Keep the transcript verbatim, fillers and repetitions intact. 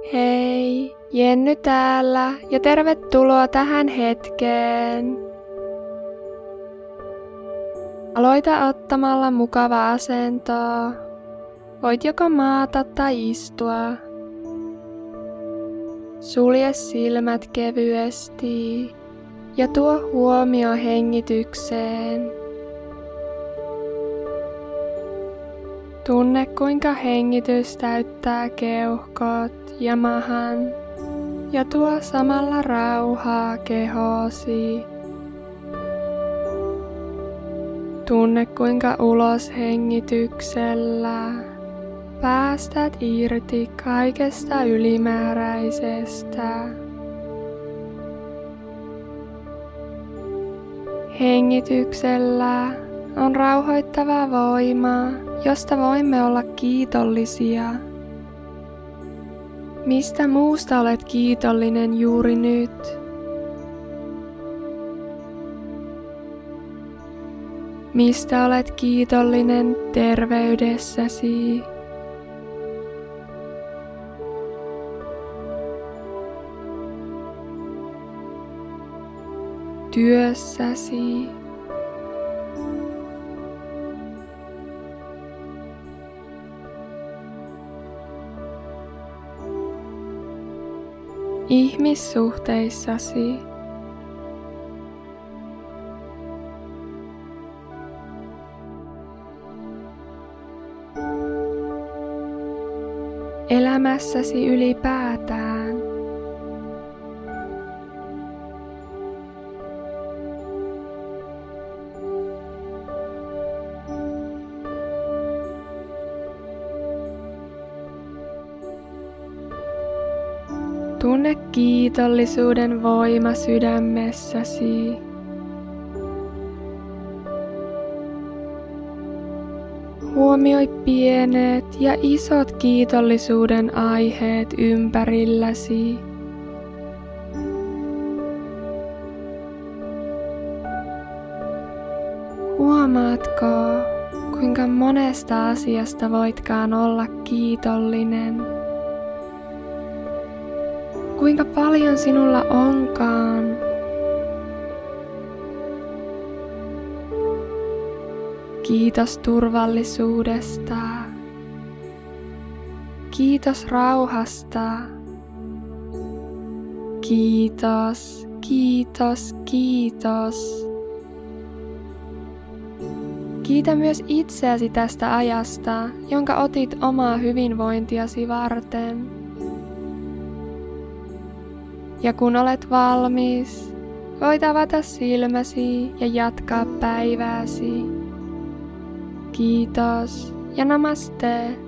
Hei, Jenny täällä ja tervetuloa tähän hetkeen. Aloita ottamalla mukava asento. Voit joko maata tai istua. Sulje silmät kevyesti ja tuo huomio hengitykseen. Tunne kuinka hengitys täyttää keuhkot ja mahan ja tuo samalla rauhaa kehoosi. Tunne kuinka ulos hengityksellä päästät irti kaikesta ylimääräisestä. Hengityksellä on rauhoittava voima, josta voimme olla kiitollisia. Mistä muusta olet kiitollinen juuri nyt? Mistä olet kiitollinen terveydessäsi? Työssäsi? Ihmissuhteissasi? Elämässäsi ylipäätään? Tunne kiitollisuuden voima sydämessäsi. Huomioi pienet ja isot kiitollisuuden aiheet ympärilläsi. Huomaatko, kuinka monesta asiasta voitkaan olla kiitollinen? Kuinka paljon sinulla onkaan? Kiitos turvallisuudesta. Kiitos rauhasta. Kiitos, kiitos, kiitos. Kiitä myös itseäsi tästä ajasta, jonka otit omaa hyvinvointiasi varten. Ja kun olet valmis, voit avata silmäsi ja jatkaa päivääsi. Kiitos ja namaste.